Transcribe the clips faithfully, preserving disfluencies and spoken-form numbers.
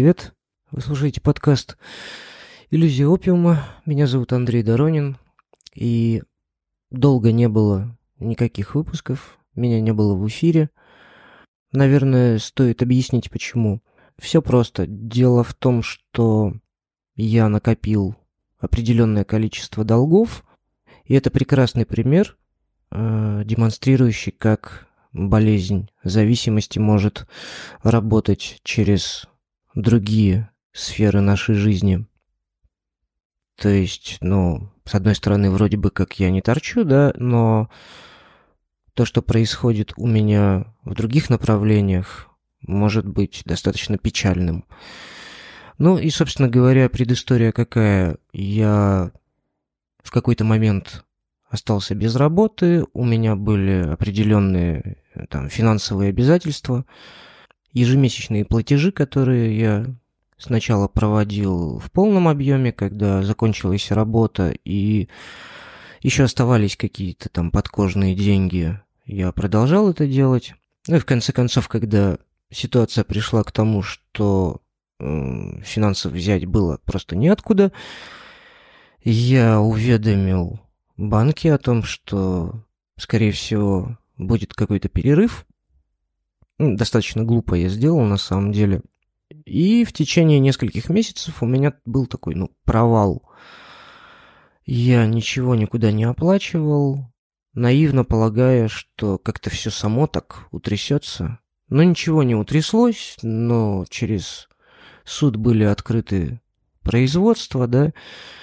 привет! Вы слушаете подкаст «Иллюзия опиума». Меня зовут Андрей Доронин, и долго не было никаких выпусков, меня не было в эфире. Наверное, стоит объяснить, почему. Все просто. Дело в том, что я накопил определенное количество долгов, и это прекрасный пример, э, демонстрирующий, как болезнь зависимости может работать через другие сферы нашей жизни. То есть, ну, с одной стороны, вроде бы как я не торчу, да, но то, что происходит у меня в других направлениях, может быть достаточно печальным. Ну и, собственно говоря, предыстория какая? Я в какой-то момент остался без работы, у меня были определенные там финансовые обязательства, ежемесячные платежи, которые я сначала проводил в полном объеме, когда закончилась работа, и еще оставались какие-то там подкожные деньги, я продолжал это делать. Ну и в конце концов, когда ситуация пришла к тому, что э, финансов взять было просто неоткуда, я уведомил банки о том, что, скорее всего, будет какой-то перерыв. Ну, достаточно глупо я сделал, на самом деле. И в течение нескольких месяцев у меня был такой, ну, провал. Я ничего никуда не оплачивал, наивно полагая, что как-то все само так утрясется. Но ничего не утряслось, но через суд были открыты производства, да.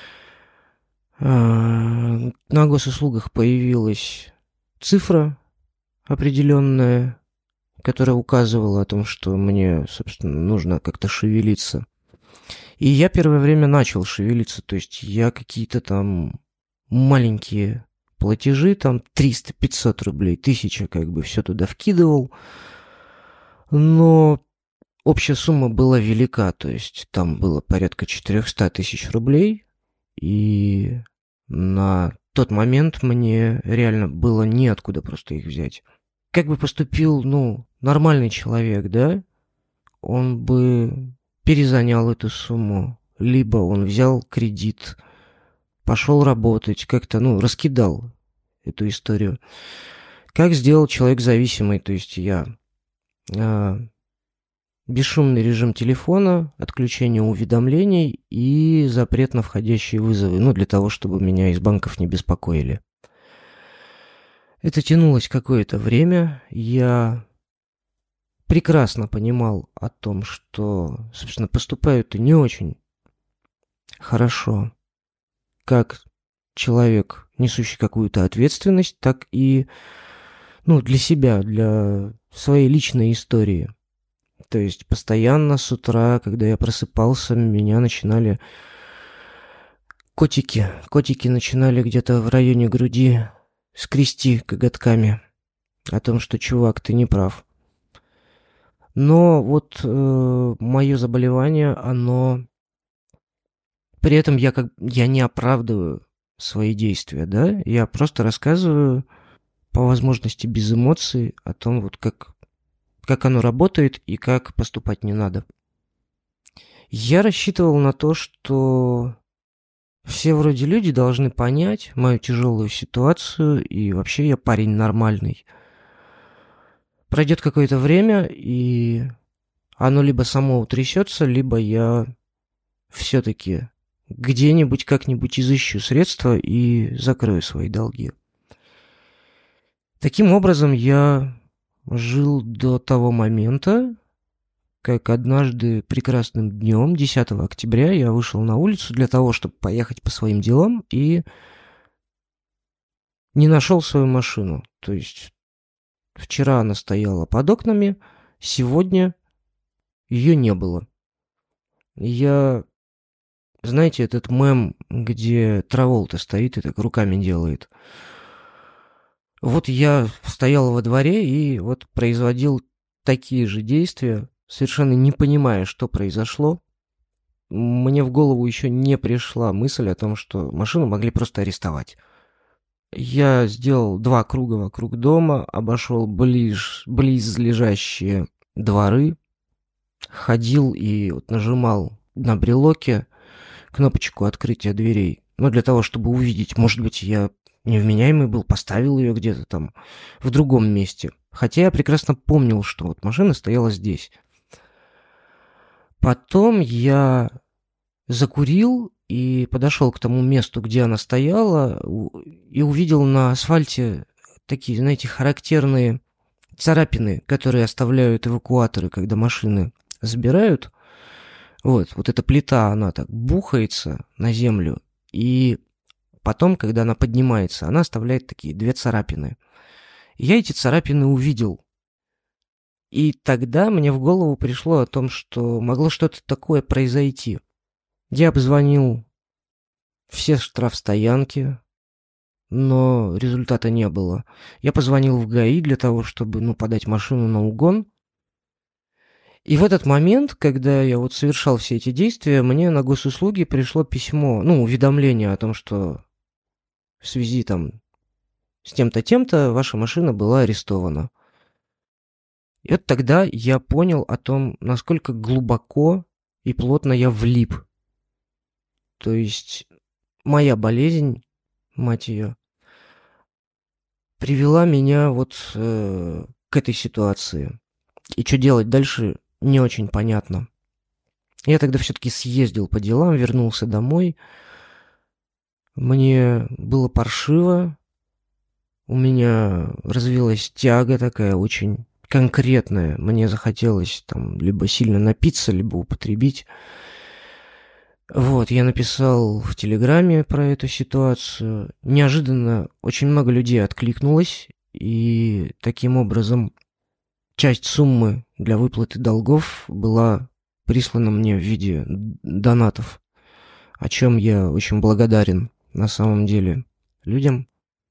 На госуслугах появилась цифра определенная, которая указывала о том, что мне, собственно, нужно как-то шевелиться. И я первое время начал шевелиться, то есть я какие-то там маленькие платежи, там триста-пятьсот рублей, тысяча, как бы все туда вкидывал, но общая сумма была велика, то есть там было порядка четыреста тысяч рублей, и на тот момент мне реально было неоткуда просто их взять. Как бы поступил, ну, нормальный человек, да, он бы перезанял эту сумму, либо он взял кредит, пошел работать, как-то, ну, раскидал эту историю. Как сделал человек зависимый, то есть я... А, бесшумный режим телефона, отключение уведомлений и запрет на входящие вызовы, ну, для того, чтобы меня из банков не беспокоили. Это тянулось какое-то время, я прекрасно понимал о том, что, собственно, поступаю-то не очень хорошо, как человек, несущий какую-то ответственность, так и, ну, для себя, для своей личной истории. То есть постоянно с утра, когда я просыпался, меня начинали котики, котики начинали где-то в районе груди скрести коготками о том, что, чувак, ты не прав. Но вот э, мое заболевание, оно... При этом я как я не оправдываю свои действия, да? Я просто рассказываю по возможности без эмоций о том, вот как, как оно работает и как поступать не надо. Я рассчитывал на то, что все вроде люди должны понять мою тяжелую ситуацию, и вообще я парень нормальный. Пройдет какое-то время, и оно либо само утрясется, либо я все-таки где-нибудь как-нибудь изыщу средства и закрою свои долги. Таким образом, я жил до того момента, как однажды прекрасным днем, десятого октября, я вышел на улицу для того, чтобы поехать по своим делам, и не нашел свою машину. То есть вчера она стояла под окнами, сегодня ее не было. Я, знаете, этот мем, где Траволта стоит и так руками делает. Вот я стоял во дворе и вот производил такие же действия, совершенно не понимая, что произошло. Мне в голову еще не пришла мысль о том, что машину могли просто арестовать. Я сделал два круга вокруг дома, обошел ближ, близлежащие дворы, ходил и вот нажимал на брелоке кнопочку открытия дверей. Ну, для того, чтобы увидеть, может быть, я невменяемый был, поставил ее где-то там в другом месте. Хотя я прекрасно помнил, что вот машина стояла здесь. Потом я закурил и подошел к тому месту, где она стояла, и увидел на асфальте такие, знаете, характерные царапины, которые оставляют эвакуаторы, когда машины забирают. Вот, вот эта плита, она так бухается на землю, и потом, когда она поднимается, она оставляет такие две царапины. И я эти царапины увидел. И тогда мне в голову пришло о том, что могло что-то такое произойти. Я обзвонил все штрафстоянки, но результата не было. Я позвонил в ГАИ для того, чтобы, ну, подать машину на угон. И в этот момент, когда я вот совершал все эти действия, мне на госуслуги пришло письмо, ну, уведомление о том, что в связи там с тем-то, тем-то ваша машина была арестована. И вот тогда я понял о том, насколько глубоко и плотно я влип. То есть моя болезнь, мать ее, привела меня вот э, к этой ситуации. И что делать дальше, не очень понятно. Я тогда все-таки съездил по делам, вернулся домой. Мне было паршиво. У меня развилась тяга такая очень конкретная. Мне захотелось там либо сильно напиться, либо употребить. Вот, я написал в Телеграме про эту ситуацию. Неожиданно очень много людей откликнулось. И таким образом часть суммы для выплаты долгов была прислана мне в виде донатов, о чем я очень благодарен на самом деле людям.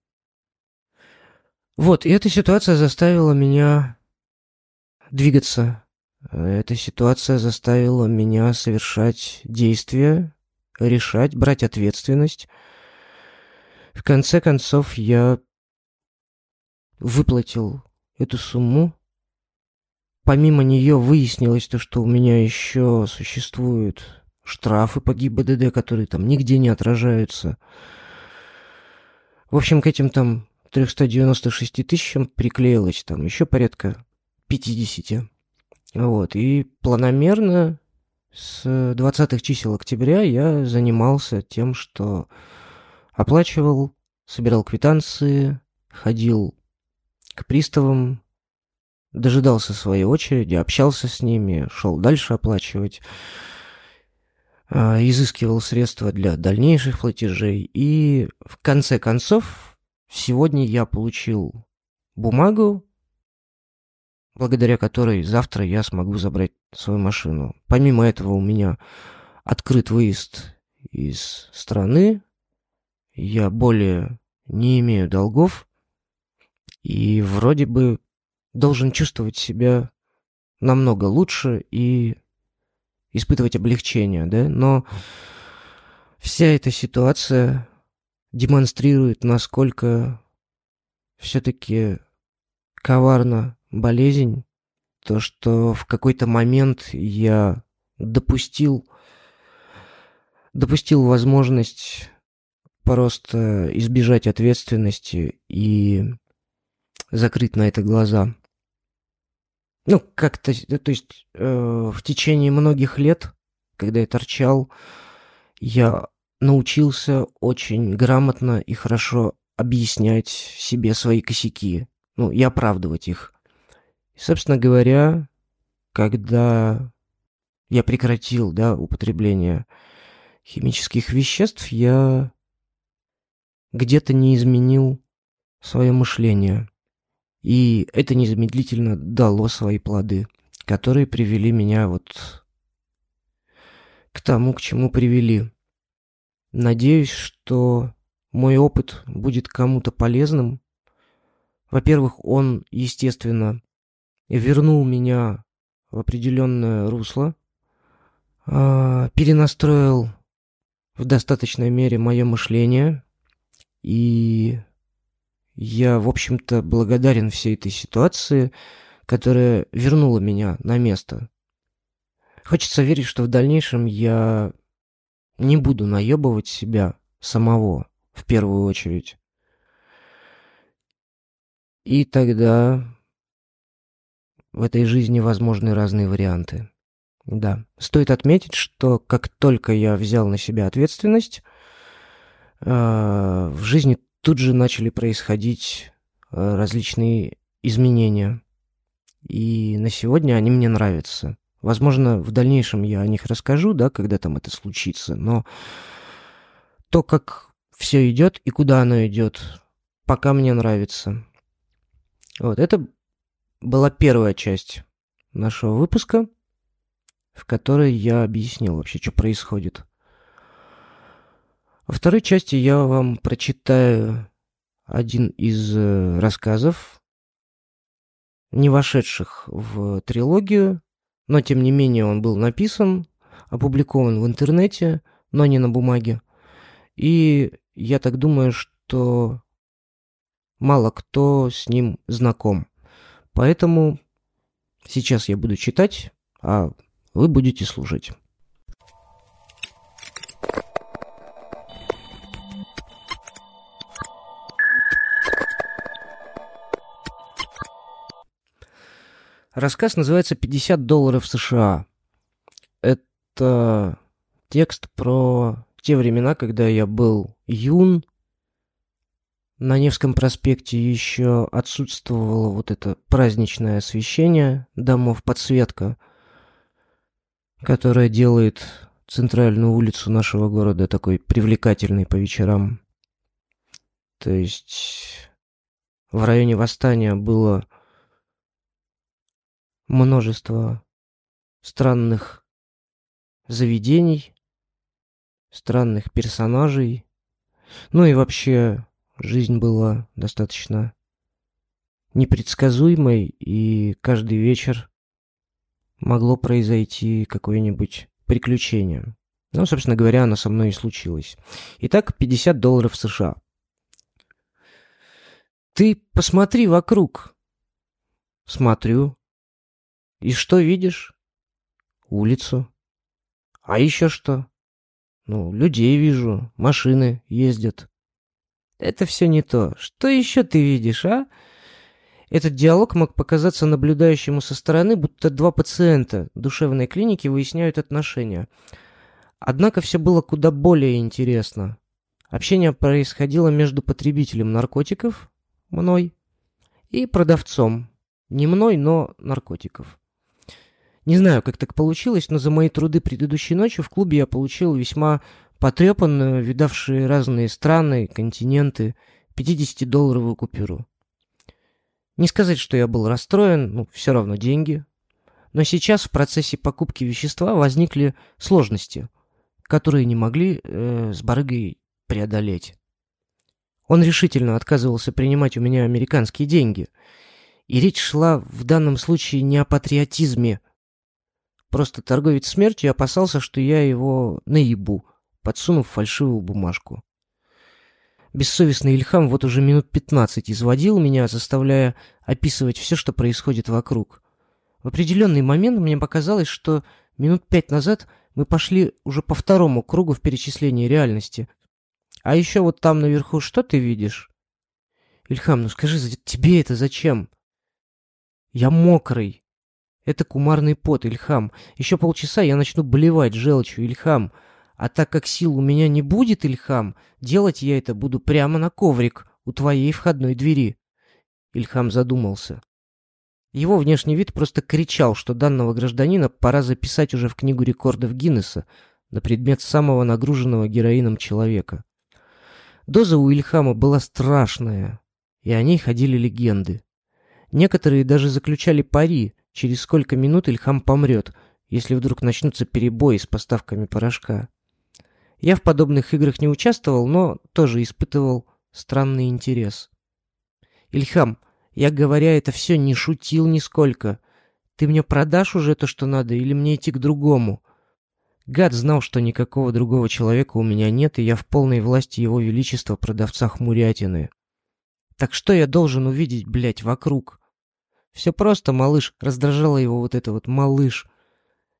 Вот, и эта ситуация заставила меня двигаться. Эта ситуация заставила меня совершать действия, решать, брать ответственность. В конце концов, я выплатил эту сумму. Помимо нее выяснилось то, что у меня еще существуют штрафы по ГИБДД, которые там нигде не отражаются. В общем, к этим там триста девяносто шесть тысячам приклеилось там еще порядка пятьдесят. Вот, и планомерно с двадцатых чисел октября я занимался тем, что оплачивал, собирал квитанции, ходил к приставам, дожидался своей очереди, общался с ними, шел дальше оплачивать, изыскивал средства для дальнейших платежей. И в конце концов, сегодня я получил бумагу, благодаря которой завтра я смогу забрать свою машину. Помимо этого у меня открыт выезд из страны, я более не имею долгов и вроде бы должен чувствовать себя намного лучше и испытывать облегчение, да, но вся эта ситуация демонстрирует, насколько все-таки коварна болезнь, то, что в какой-то момент я допустил, допустил возможность просто избежать ответственности и закрыть на это глаза. Ну, как-то, то есть э, в течение многих лет, когда я торчал, я научился очень грамотно и хорошо объяснять себе свои косяки, ну, и оправдывать их. И, собственно говоря, когда я прекратил, да, употребление химических веществ, я где-то не изменил свое мышление. И это незамедлительно дало свои плоды, которые привели меня вот к тому, к чему привели. Надеюсь, что мой опыт будет кому-то полезным. Во-первых, он, естественно, вернул меня в определенное русло, перенастроил в достаточной мере мое мышление, и я, в общем-то, благодарен всей этой ситуации, которая вернула меня на место. Хочется верить, что в дальнейшем я не буду наебывать себя самого, в первую очередь. И тогда в этой жизни возможны разные варианты. Да. Стоит отметить, что как только я взял на себя ответственность, э, в жизни тут же начали происходить э, различные изменения. И на сегодня они мне нравятся. Возможно, в дальнейшем я о них расскажу, да, когда там это случится, но то, как все идет и куда оно идет, пока мне нравится. Вот, это была первая часть нашего выпуска, в которой я объяснил вообще, что происходит. Во второй части я вам прочитаю один из э, рассказов, не вошедших в трилогию, но тем не менее он был написан, опубликован в интернете, но не на бумаге. И я так думаю, что мало кто с ним знаком. Поэтому сейчас я буду читать, а вы будете слушать. Рассказ называется «пятьдесят долларов США». Это текст про те времена, когда я был юн. На Невском проспекте еще отсутствовало вот это праздничное освещение домов, подсветка, которая делает центральную улицу нашего города такой привлекательной по вечерам. То есть в районе Восстания было множество странных заведений, странных персонажей. Ну и вообще жизнь была достаточно непредсказуемой, и каждый вечер могло произойти какое-нибудь приключение. Ну, собственно говоря, оно со мной и случилось. Итак, пятьдесят долларов США. Ты посмотри вокруг. Смотрю. И что видишь? Улицу. А еще что? Ну, людей вижу, машины ездят. Это все не то. Что еще ты видишь, а? Этот диалог мог показаться наблюдающему со стороны, будто два пациента душевной клиники выясняют отношения. Однако все было куда более интересно. Общение происходило между потребителем наркотиков, мной, и продавцом. Не мной, но наркотиков. Не знаю, как так получилось, но за мои труды предыдущей ночью в клубе я получил весьма потрепанную, видавшие разные страны, континенты, пятидесятидолларовую купюру. Не сказать, что я был расстроен, ну, все равно деньги. Но сейчас в процессе покупки вещества возникли сложности, которые не могли э, с барыгой преодолеть. Он решительно отказывался принимать у меня американские деньги. И речь шла в данном случае не о патриотизме. Просто торговец смертью опасался, что я его наебу, подсунув фальшивую бумажку. Бессовестный Ильхам вот уже минут пятнадцать изводил меня, заставляя описывать все, что происходит вокруг. В определенный момент мне показалось, что минут пять назад мы пошли уже по второму кругу в перечислении реальности. А еще вот там наверху что ты видишь? Ильхам, ну скажи, тебе это зачем? Я мокрый. Это кумарный пот, Ильхам. Еще полчаса я начну блевать желчью, Ильхам. А так как сил у меня не будет, Ильхам, делать я это буду прямо на коврик у твоей входной двери. Ильхам задумался. Его внешний вид просто кричал, что данного гражданина пора записать уже в книгу рекордов Гиннесса на предмет самого нагруженного героином человека. Доза у Ильхама была страшная, и о ней ходили легенды. Некоторые даже заключали пари, через сколько минут Ильхам помрет, если вдруг начнутся перебои с поставками порошка. Я в подобных играх не участвовал, но тоже испытывал странный интерес. Ильхам, я, говоря это все, не шутил нисколько. Ты мне продашь уже то, что надо, или мне идти к другому? Гад знал, что никакого другого человека у меня нет, и я в полной власти его величества продавца хмурятины. Так что я должен увидеть, блядь, вокруг? Все просто, малыш, раздражало его вот это вот «малыш».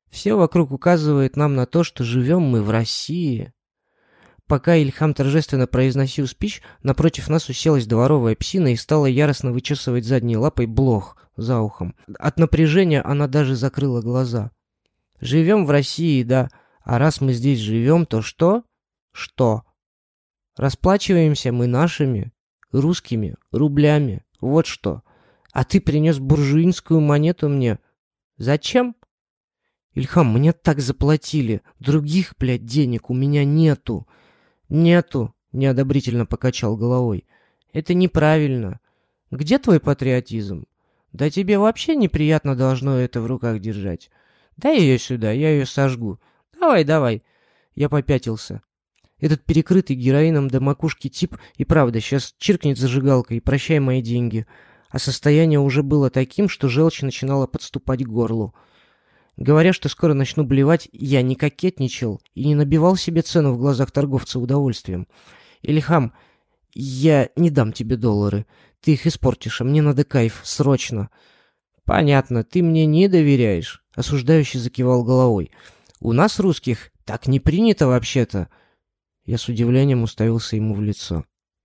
Все вокруг указывает нам на то, что живем мы в России. Пока Ильхам торжественно произносил спич, напротив нас уселась дворовая псина и стала яростно вычесывать задней лапой блох за ухом. От напряжения она даже закрыла глаза. Живем в России, да, а раз мы здесь живем, то что? Что? Расплачиваемся мы нашими, русскими, рублями, вот что. А ты принес буржуинскую монету мне. Зачем? Ильхам, мне так заплатили. Других, блядь, денег у меня нету. Нету, неодобрительно покачал головой. Это неправильно. Где твой патриотизм? Да тебе вообще неприятно должно это в руках держать. Дай ее сюда, я ее сожгу. Давай, давай. Я попятился. Этот перекрытый героином до макушки тип и правда сейчас чиркнет зажигалкой и прощай мои деньги. А состояние уже было таким, что желчь начинала подступать к горлу. Говоря, что скоро начну блевать, я не кокетничал и не набивал себе цену в глазах торговца удовольствием. Ильхам, я не дам тебе доллары. Ты их испортишь, а мне надо кайф, срочно. Понятно, ты мне не доверяешь, осуждающий закивал головой. У нас, русских, так не принято вообще-то. Я с удивлением уставился ему в лицо.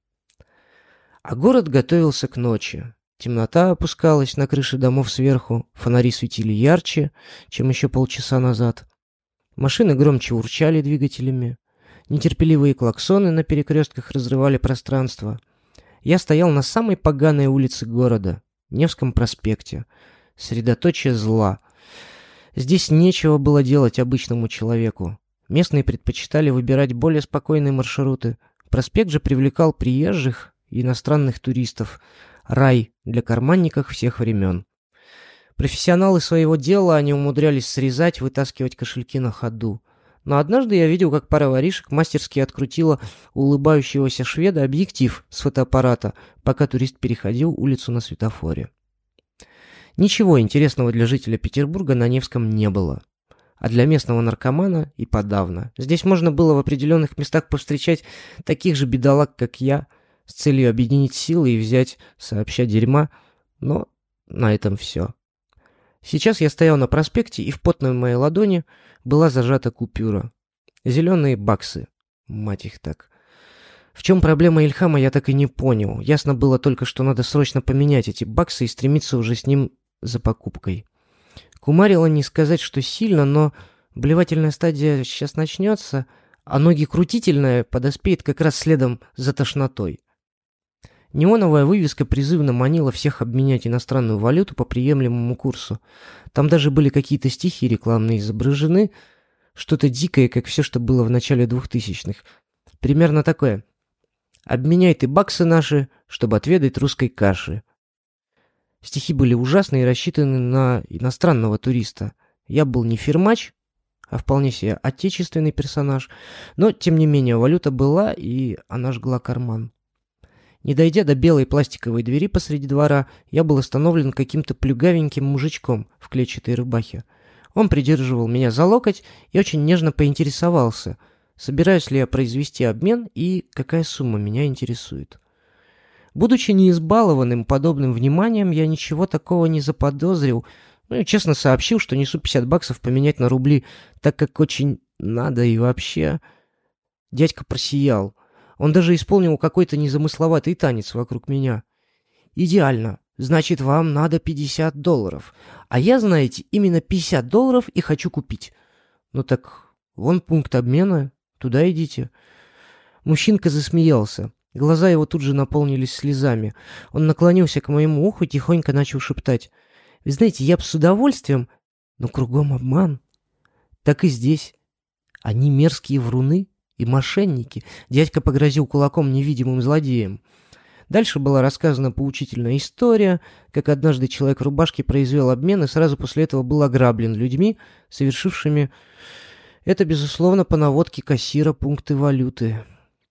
А город готовился к ночи. Темнота опускалась на крыши домов сверху, фонари светили ярче, чем еще полчаса назад. Машины громче урчали двигателями. Нетерпеливые клаксоны на перекрестках разрывали пространство. Я стоял на самой поганой улице города, Невском проспекте. Средоточие зла. Здесь нечего было делать обычному человеку. Местные предпочитали выбирать более спокойные маршруты. Проспект же привлекал приезжих и иностранных туристов. Рай для карманников всех времен. Профессионалы своего дела, они умудрялись срезать, вытаскивать кошельки на ходу. Но однажды я видел, как пара воришек мастерски открутила у улыбающегося шведа объектив с фотоаппарата, пока турист переходил улицу на светофоре. Ничего интересного для жителя Петербурга на Невском не было. А для местного наркомана и подавно. Здесь можно было в определенных местах повстречать таких же бедолаг, как я, с целью объединить силы и взять сообща дерьма, но на этом все. Сейчас я стоял на проспекте, и в потной моей ладони была зажата купюра. Зеленые баксы. Мать их так. В чем проблема Ильхама, я так и не понял. Ясно было только, что надо срочно поменять эти баксы и стремиться уже с ним за покупкой. Кумарило не сказать, что сильно, но блевательная стадия сейчас начнется, а ноги крутительная подоспеет как раз следом за тошнотой. Неоновая вывеска призывно манила всех обменять иностранную валюту по приемлемому курсу. Там даже были какие-то стихи рекламные изображены, что-то дикое, как все, что было в начале двухтысячных. Примерно такое. «Обменяй ты баксы наши, чтобы отведать русской каши». Стихи были ужасные и рассчитаны на иностранного туриста. Я был не фирмач, а вполне себе отечественный персонаж, но, тем не менее, валюта была, и она жгла карман. Не дойдя до белой пластиковой двери посреди двора, я был остановлен каким-то плюгавеньким мужичком в клетчатой рубахе. Он придерживал меня за локоть и очень нежно поинтересовался, собираюсь ли я произвести обмен и какая сумма меня интересует. Будучи неизбалованным подобным вниманием, я ничего такого не заподозрил, ну и честно сообщил, что несу пятьдесят баксов поменять на рубли, так как очень надо и вообще... Дядька просиял. Он даже исполнил какой-то незамысловатый танец вокруг меня. «Идеально. Значит, вам надо пятьдесят долларов. А я, знаете, именно пятьдесят долларов и хочу купить». «Ну так, вон пункт обмена. Туда идите». Мужчинка засмеялся. Глаза его тут же наполнились слезами. Он наклонился к моему уху и тихонько начал шептать. «Вы знаете, я бы с удовольствием, но кругом обман. Так и здесь. Они мерзкие вруны и мошенники». Дядька погрозил кулаком невидимым злодеям. Дальше была рассказана поучительная история, как однажды человек в рубашке произвел обмен и сразу после этого был ограблен людьми, совершившими это, безусловно, по наводке кассира пункты валюты.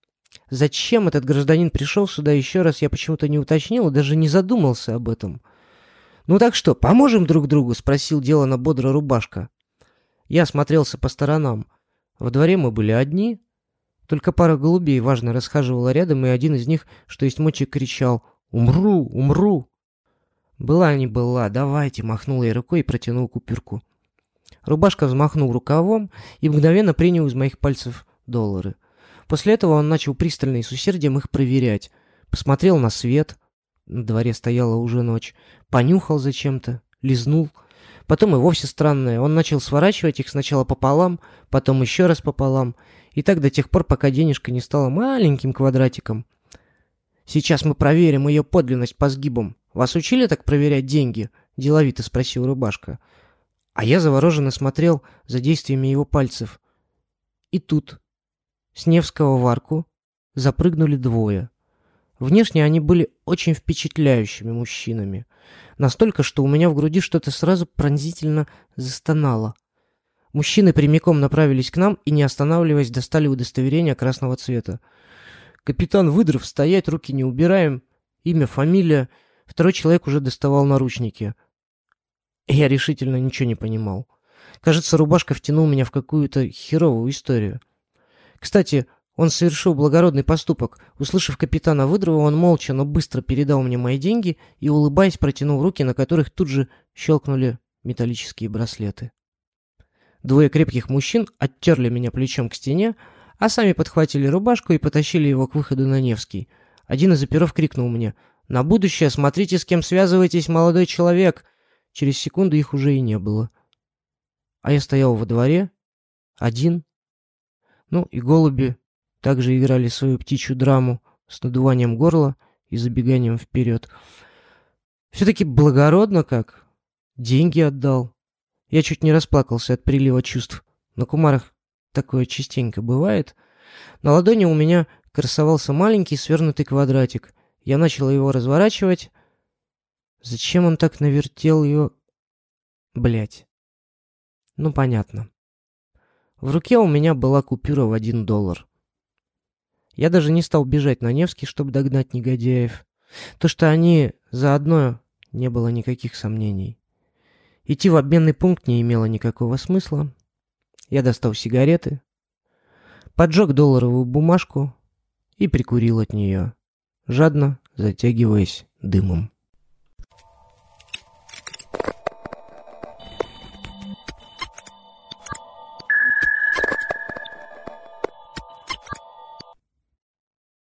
Зачем этот гражданин пришел сюда еще раз, я почему-то не уточнил и даже не задумался об этом. «Ну так что, поможем друг другу?» — спросил делано бодро рубашка. Я осмотрелся по сторонам. Во дворе мы были одни. Только пара голубей важно расхаживала рядом, и один из них, что есть мочи, кричал «Умру! Умру!». «Была не была, давайте!» — махнул я рукой и протянул купюрку. Рубашка взмахнул рукавом и мгновенно принял из моих пальцев доллары. После этого он начал пристально и с усердием их проверять. Посмотрел на свет. На дворе стояла уже ночь. Понюхал зачем-то. Лизнул. Потом и вовсе странное. Он начал сворачивать их сначала пополам, потом еще раз пополам. И так до тех пор, пока денежка не стала маленьким квадратиком. «Сейчас мы проверим ее подлинность по сгибам. Вас учили так проверять деньги?» — деловито спросил Рубашка. А я завороженно смотрел за действиями его пальцев. И тут с Невского в арку запрыгнули двое. Внешне они были очень впечатляющими мужчинами. Настолько, что у меня в груди что-то сразу пронзительно застонало. Мужчины прямиком направились к нам и, не останавливаясь, достали удостоверение красного цвета. «Капитан Выдров, стоять, руки не убираем. Имя, фамилия». Второй человек уже доставал наручники. Я решительно ничего не понимал. Кажется, Рубашка втянул меня в какую-то херовую историю. Кстати, он совершил благородный поступок. Услышав капитана Выдрова, он молча, но быстро передал мне мои деньги и, улыбаясь, протянул руки, на которых тут же щелкнули металлические браслеты. Двое крепких мужчин оттерли меня плечом к стене, а сами подхватили Рубашку и потащили его к выходу на Невский. Один из оперов крикнул мне: «На будущее смотрите, с кем связываетесь, молодой человек!» Через секунду их уже и не было. А я стоял во дворе, один. Ну и голуби также играли свою птичью драму с надуванием горла и забеганием вперед. Все-таки благородно как. Деньги отдал. Я чуть не расплакался от прилива чувств. На кумарах такое частенько бывает. На ладони у меня красовался маленький свернутый квадратик. Я начал его разворачивать. Зачем он так навертел ее? Блять. Ну, понятно. В руке у меня была купюра в один доллар. Я даже не стал бежать на Невский, чтобы догнать негодяев. То, что они заодно, не было никаких сомнений. Идти в обменный пункт не имело никакого смысла. Я достал сигареты, поджег долларовую бумажку и прикурил от нее, жадно затягиваясь дымом.